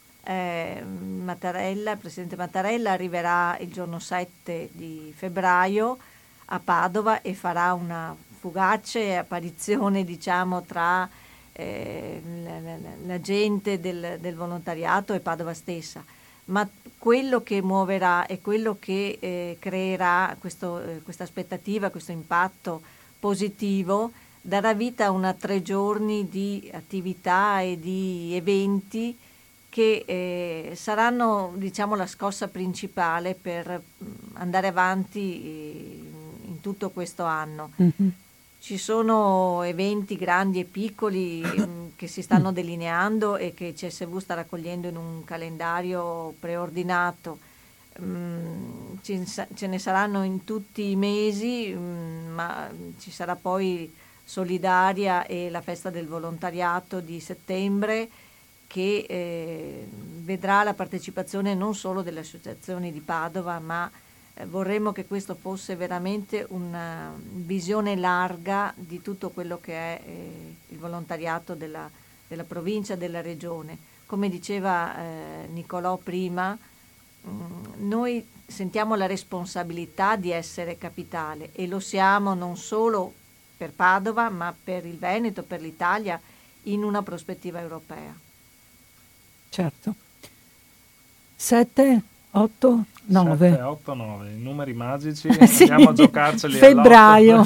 Il Presidente Mattarella arriverà il giorno 7 di febbraio a Padova e farà una fugace apparizione, diciamo, tra la gente del volontariato e Padova stessa, ma quello che muoverà e quello che creerà questa aspettativa, questo impatto positivo, darà vita a una 3 giorni di attività e di eventi che saranno, diciamo, la scossa principale per andare avanti in tutto questo anno. Mm-hmm. Ci sono eventi grandi e piccoli che si stanno delineando e che CSV sta raccogliendo in un calendario preordinato. Ce ne saranno in tutti i mesi, ma ci sarà poi Solidaria e la festa del volontariato di settembre, che vedrà la partecipazione non solo delle associazioni di Padova, ma vorremmo che questo fosse veramente una visione larga di tutto quello che è il volontariato della provincia, della regione. Come diceva Nicolò prima, noi sentiamo la responsabilità di essere capitale, e lo siamo non solo per Padova, ma per il Veneto, per l'Italia, in una prospettiva europea. Certo. 7, 8, 9. 7, 8, 9, i numeri magici, andiamo a giocarceli febbraio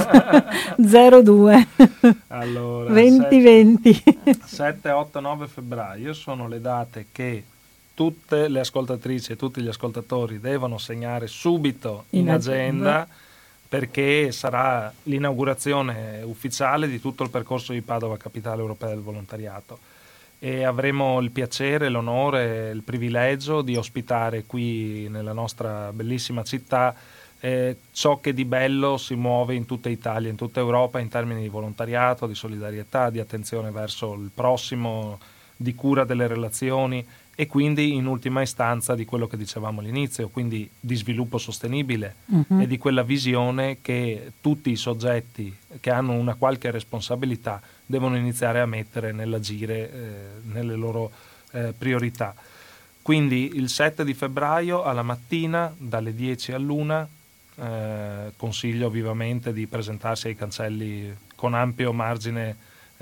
02. Allora, 2020. 7, 8, 9 febbraio sono le date che tutte le ascoltatrici e tutti gli ascoltatori devono segnare subito in agenda, perché sarà l'inaugurazione ufficiale di tutto il percorso di Padova Capitale Europea del Volontariato. E avremo il piacere, l'onore, il privilegio di ospitare qui nella nostra bellissima città ciò che di bello si muove in tutta Italia, in tutta Europa, in termini di volontariato, di solidarietà, di attenzione verso il prossimo, di cura delle relazioni e quindi in ultima istanza di quello che dicevamo all'inizio, quindi di sviluppo sostenibile e di quella visione che tutti i soggetti che hanno una qualche responsabilità devono iniziare a mettere nell'agire nelle loro priorità. Quindi il 7 di febbraio alla mattina dalle 10 all'1 consiglio vivamente di presentarsi ai cancelli con ampio margine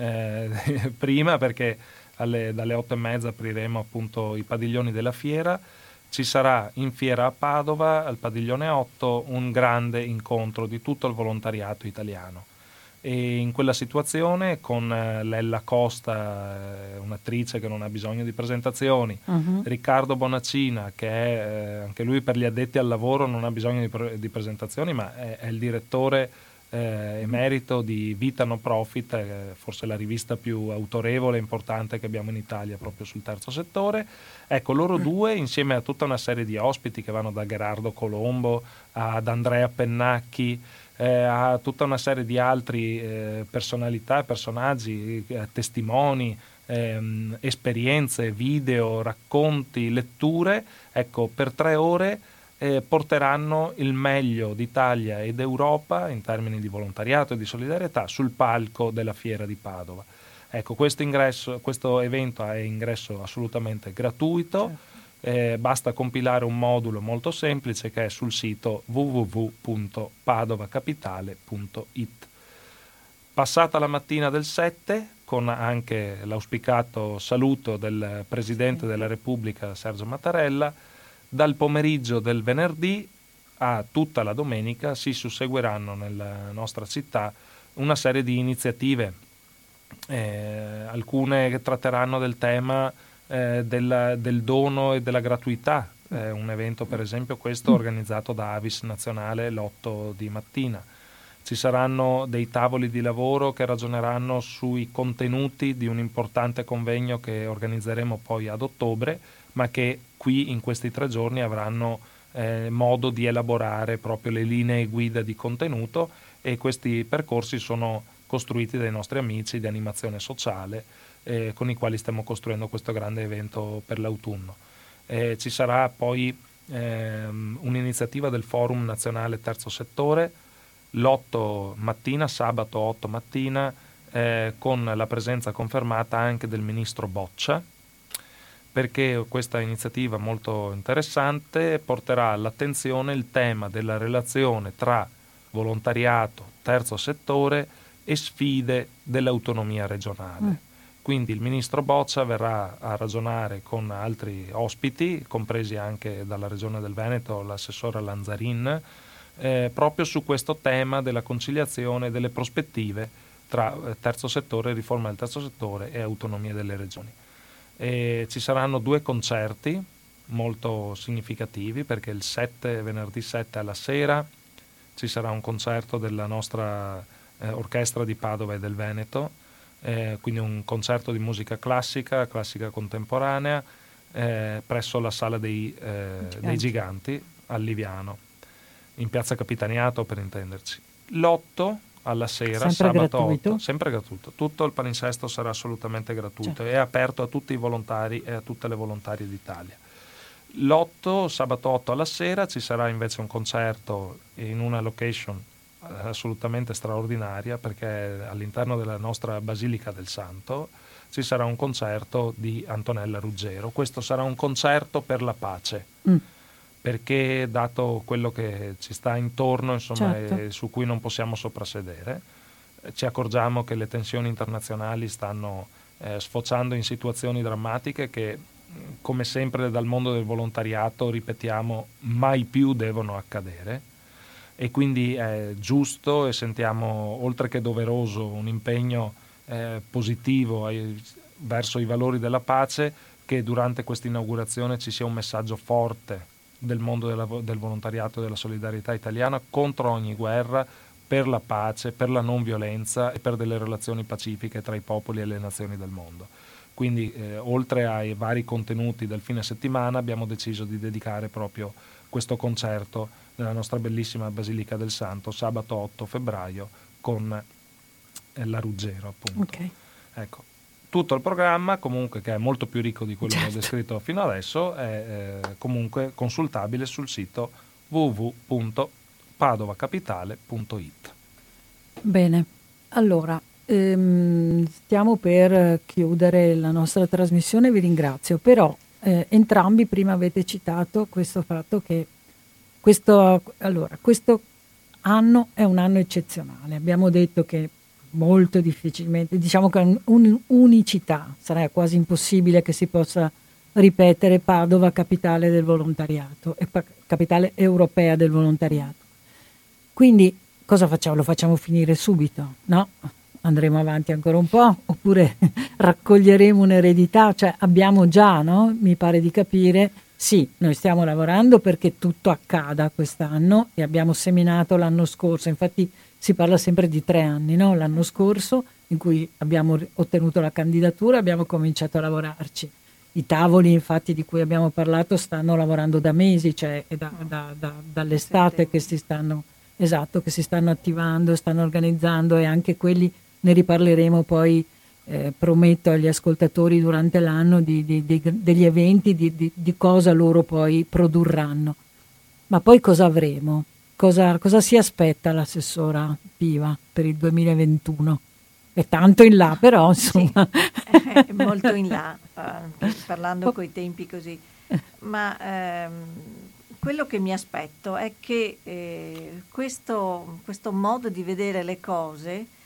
prima, perché dalle 8:30 apriremo appunto i padiglioni della fiera. Ci sarà in fiera a Padova, al padiglione 8, un grande incontro di tutto il volontariato italiano. E in quella situazione, con Lella Costa, un'attrice che non ha bisogno di presentazioni, Riccardo Bonaccina, che è anche lui per gli addetti al lavoro non ha bisogno di presentazioni, ma è il direttore emerito di Vita No Profit, forse la rivista più autorevole e importante che abbiamo in Italia proprio sul terzo settore. Ecco, loro due, insieme a tutta una serie di ospiti che vanno da Gerardo Colombo ad Andrea Pennacchi, a tutta una serie di altri personalità, personaggi, testimoni, esperienze, video, racconti, letture, ecco, per 3 ore porteranno il meglio d'Italia ed Europa in termini di volontariato e di solidarietà sul palco della Fiera di Padova. Ecco, questo evento è ingresso assolutamente gratuito. Basta compilare un modulo molto semplice che è sul sito www.padovacapitale.it. Passata la mattina del 7, con anche l'auspicato saluto del Presidente della Repubblica Sergio Mattarella, dal pomeriggio del venerdì a tutta la domenica si susseguiranno nella nostra città una serie di iniziative, alcune che tratteranno del tema del dono e della gratuità, un evento per esempio questo organizzato da Avis Nazionale l'8 di mattina. Ci saranno dei tavoli di lavoro che ragioneranno sui contenuti di un importante convegno che organizzeremo poi ad ottobre, ma che qui in questi 3 giorni avranno modo di elaborare proprio le linee guida di contenuto, e questi percorsi sono costruiti dai nostri amici di animazione sociale con i quali stiamo costruendo questo grande evento per l'autunno. Ci sarà poi un'iniziativa del Forum Nazionale Terzo Settore l'8 mattina, sabato 8 mattina, con la presenza confermata anche del ministro Boccia, perché questa iniziativa molto interessante porterà all'attenzione il tema della relazione tra volontariato, terzo settore e sfide dell'autonomia regionale. Quindi il ministro Boccia verrà a ragionare con altri ospiti, compresi anche dalla Regione del Veneto l'assessore Lanzarin, proprio su questo tema della conciliazione delle prospettive tra terzo settore, riforma del terzo settore e autonomia delle regioni. Ci saranno 2 concerti molto significativi, perché il venerdì 7 alla sera ci sarà un concerto della nostra orchestra di Padova e del Veneto, quindi un concerto di musica classica contemporanea, presso la Sala dei Giganti a Liviano, in piazza Capitaniato per intenderci. L'8 alla sera, sempre sabato gratuito. 8, sempre gratuito. Tutto il palinsesto sarà assolutamente gratuito, certo. È aperto a tutti i volontari e a tutte le volontarie d'Italia. L'8, sabato 8 alla sera, ci sarà invece un concerto in una location assolutamente straordinaria, perché all'interno della nostra Basilica del Santo ci sarà un concerto di Antonella Ruggero. Questo sarà un concerto per la pace, perché dato quello che ci sta intorno, insomma, certo. su cui non possiamo soprassedere, ci accorgiamo che le tensioni internazionali stanno sfociando in situazioni drammatiche che, come sempre dal mondo del volontariato, ripetiamo, mai più devono accadere, e quindi è giusto e sentiamo, oltre che doveroso, un impegno positivo verso i valori della pace, che durante questa inaugurazione ci sia un messaggio forte del mondo del volontariato e della solidarietà italiana contro ogni guerra, per la pace, per la non violenza e per delle relazioni pacifiche tra i popoli e le nazioni del mondo. Quindi oltre ai vari contenuti del fine settimana, abbiamo deciso di dedicare proprio questo concerto nella nostra bellissima Basilica del Santo sabato 8 febbraio con la Ruggero, appunto. Okay. Ecco, tutto il programma, comunque, che è molto più ricco di quello certo. che ho descritto fino adesso, è comunque consultabile sul sito www.padovacapitale.it. Bene, allora stiamo per chiudere la nostra trasmissione, vi ringrazio, però entrambi prima avete citato questo fatto che questo anno è un anno eccezionale. Abbiamo detto che molto difficilmente, diciamo che un'unicità, sarà quasi impossibile che si possa ripetere Padova capitale del volontariato e capitale europea del volontariato. Quindi cosa facciamo? Lo facciamo finire subito? No? Andremo avanti ancora un po', oppure raccoglieremo un'eredità? Cioè abbiamo già, no? Mi pare di capire, sì, noi stiamo lavorando perché tutto accada quest'anno e abbiamo seminato l'anno scorso, infatti si parla sempre di 3 anni, no? L'anno scorso in cui abbiamo ottenuto la candidatura abbiamo cominciato a lavorarci. I tavoli infatti di cui abbiamo parlato stanno lavorando da mesi, cioè è dall'estate che si stanno attivando, stanno organizzando, e anche quelli ne riparleremo poi, prometto agli ascoltatori durante l'anno degli eventi, di cosa loro poi produrranno. Ma poi cosa avremo? Cosa si aspetta l'assessora Piva per il 2021? È tanto in là, però insomma. Sì, è molto in là, parlando coi tempi così. Ma quello che mi aspetto è che questo modo di vedere le cose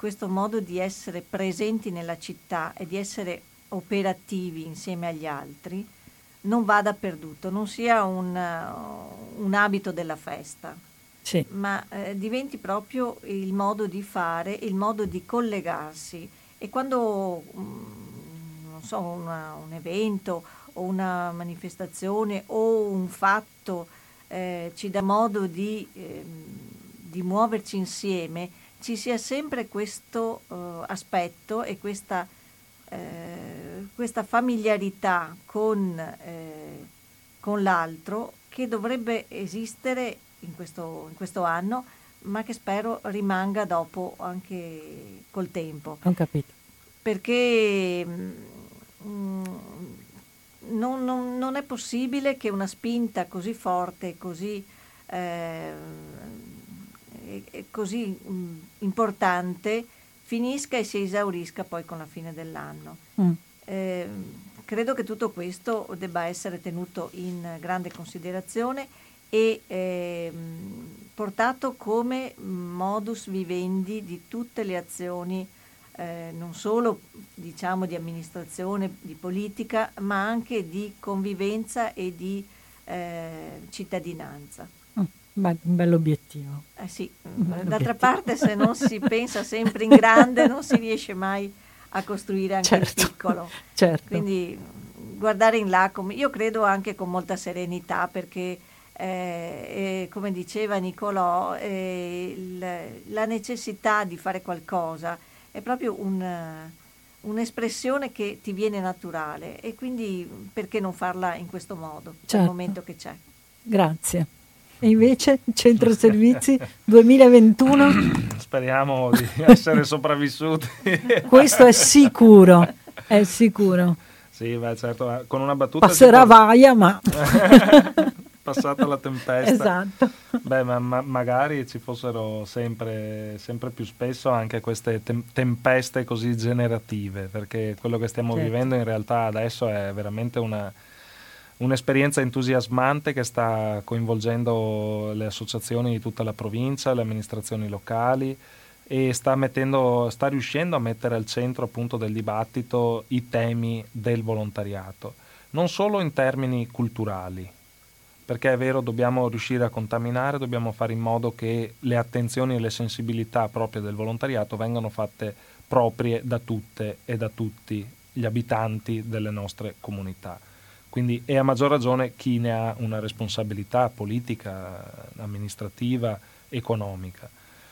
questo modo di essere presenti nella città e di essere operativi insieme agli altri non vada perduto, non sia un abito della festa, Sì. ma diventi proprio il modo di fare, il modo di collegarsi. E quando non so, un evento o una manifestazione o un fatto ci dà modo di muoverci insieme, ci sia sempre questo aspetto e questa familiarità con l'altro, che dovrebbe esistere in questo anno, ma che spero rimanga dopo anche col tempo. Ho capito. Perché non è possibile che una spinta così forte, così importante finisca e si esaurisca poi con la fine dell'anno. Credo che tutto questo debba essere tenuto in grande considerazione e portato come modus vivendi di tutte le azioni, non solo diciamo di amministrazione, di politica, ma anche di convivenza e di cittadinanza. Un bell'obiettivo. Sì. D'altra parte, se non si pensa sempre in grande, non si riesce mai a costruire anche il piccolo. Certo. Quindi guardare in là, io credo anche con molta serenità, perché come diceva Nicolò, la necessità di fare qualcosa è proprio un'espressione che ti viene naturale, e quindi perché non farla in questo modo, nel momento che c'è. Grazie. E invece centro servizi 2021? Speriamo di essere sopravvissuti. Questo è sicuro, è sicuro. Sì, beh, certo, con una battuta passerà vaia, ma passata la tempesta. Esatto. Beh, ma magari ci fossero sempre più spesso anche queste tempeste così generative, perché quello che stiamo vivendo in realtà adesso è veramente un'esperienza entusiasmante che sta coinvolgendo le associazioni di tutta la provincia, le amministrazioni locali, e sta riuscendo a mettere al centro appunto del dibattito i temi del volontariato, non solo in termini culturali, perché è vero, dobbiamo riuscire a contaminare, dobbiamo fare in modo che le attenzioni e le sensibilità proprie del volontariato vengano fatte proprie da tutte e da tutti gli abitanti delle nostre comunità. Quindi, e a maggior ragione chi ne ha una responsabilità politica, amministrativa, economica.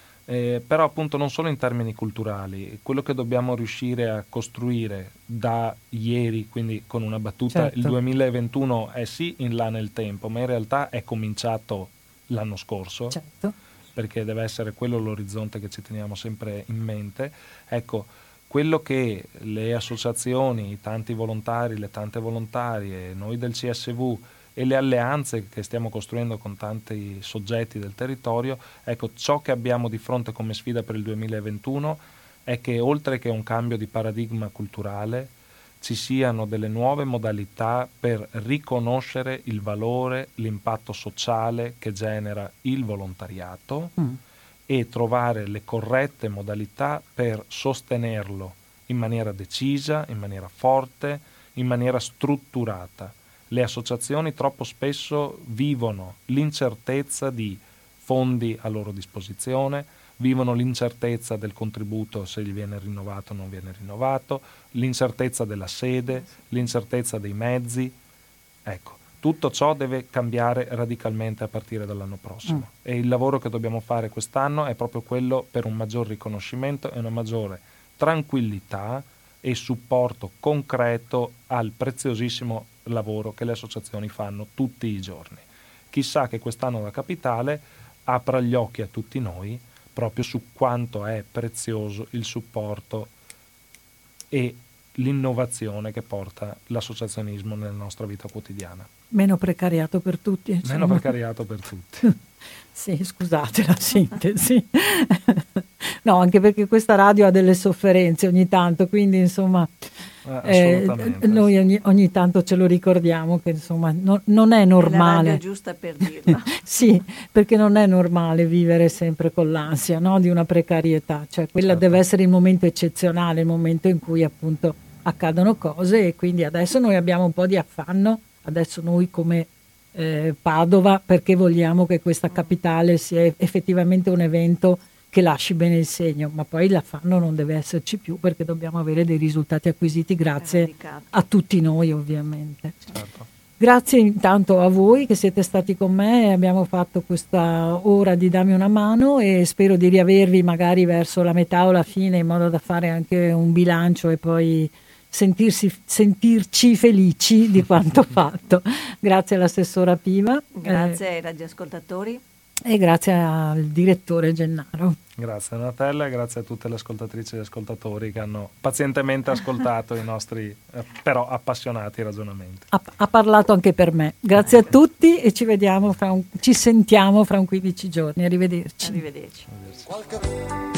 Però appunto non solo in termini culturali, quello che dobbiamo riuscire a costruire da ieri, quindi con una battuta, il 2021 è sì in là nel tempo, ma in realtà è cominciato l'anno scorso, perché deve essere quello l'orizzonte che ci teniamo sempre in mente. Ecco, quello che le associazioni, i tanti volontari, le tante volontarie, noi del CSV e le alleanze che stiamo costruendo con tanti soggetti del territorio, ecco, ciò che abbiamo di fronte come sfida per il 2021 è che, oltre che un cambio di paradigma culturale, ci siano delle nuove modalità per riconoscere il valore, l'impatto sociale che genera il volontariato e trovare le corrette modalità per sostenerlo in maniera decisa, in maniera forte, in maniera strutturata. Le associazioni troppo spesso vivono l'incertezza di fondi a loro disposizione, vivono l'incertezza del contributo, se gli viene rinnovato o non viene rinnovato, l'incertezza della sede, l'incertezza dei mezzi. Ecco, tutto ciò deve cambiare radicalmente a partire dall'anno prossimo. E il lavoro che dobbiamo fare quest'anno è proprio quello per un maggior riconoscimento e una maggiore tranquillità e supporto concreto al preziosissimo lavoro che le associazioni fanno tutti i giorni. Chissà che quest'anno la capitale apra gli occhi a tutti noi proprio su quanto è prezioso il supporto e l'innovazione che porta l'associazionismo nella nostra vita quotidiana. Meno precariato per tutti. Insomma. Meno precariato per tutti. Sì, scusate la sintesi. No, anche perché questa radio ha delle sofferenze ogni tanto, quindi insomma Assolutamente. Noi ogni tanto ce lo ricordiamo che insomma non è normale. È la radio giusta per dirlo. Sì, perché non è normale vivere sempre con l'ansia, no? Di una precarietà, cioè quella deve essere il momento eccezionale, il momento in cui appunto accadono cose, e quindi adesso noi abbiamo un po' di affanno, adesso noi come Padova, perché vogliamo che questa capitale sia effettivamente un evento che lasci bene il segno, ma poi l'affanno non deve esserci più, perché dobbiamo avere dei risultati acquisiti grazie a tutti noi, ovviamente. Certo. Grazie intanto a voi che siete stati con me e abbiamo fatto questa ora di Dammi una mano, e spero di riavervi magari verso la metà o la fine, in modo da fare anche un bilancio e poi sentirci felici di quanto fatto. Grazie all'assessora Piva. Grazie ai radioascoltatori. E grazie al direttore Gennaro. Grazie Donatella, e grazie a tutte le ascoltatrici e gli ascoltatori che hanno pazientemente ascoltato i nostri però appassionati ragionamenti. Ha parlato anche per me. Grazie a tutti e ci sentiamo fra un 15 giorni. Arrivederci. Arrivederci.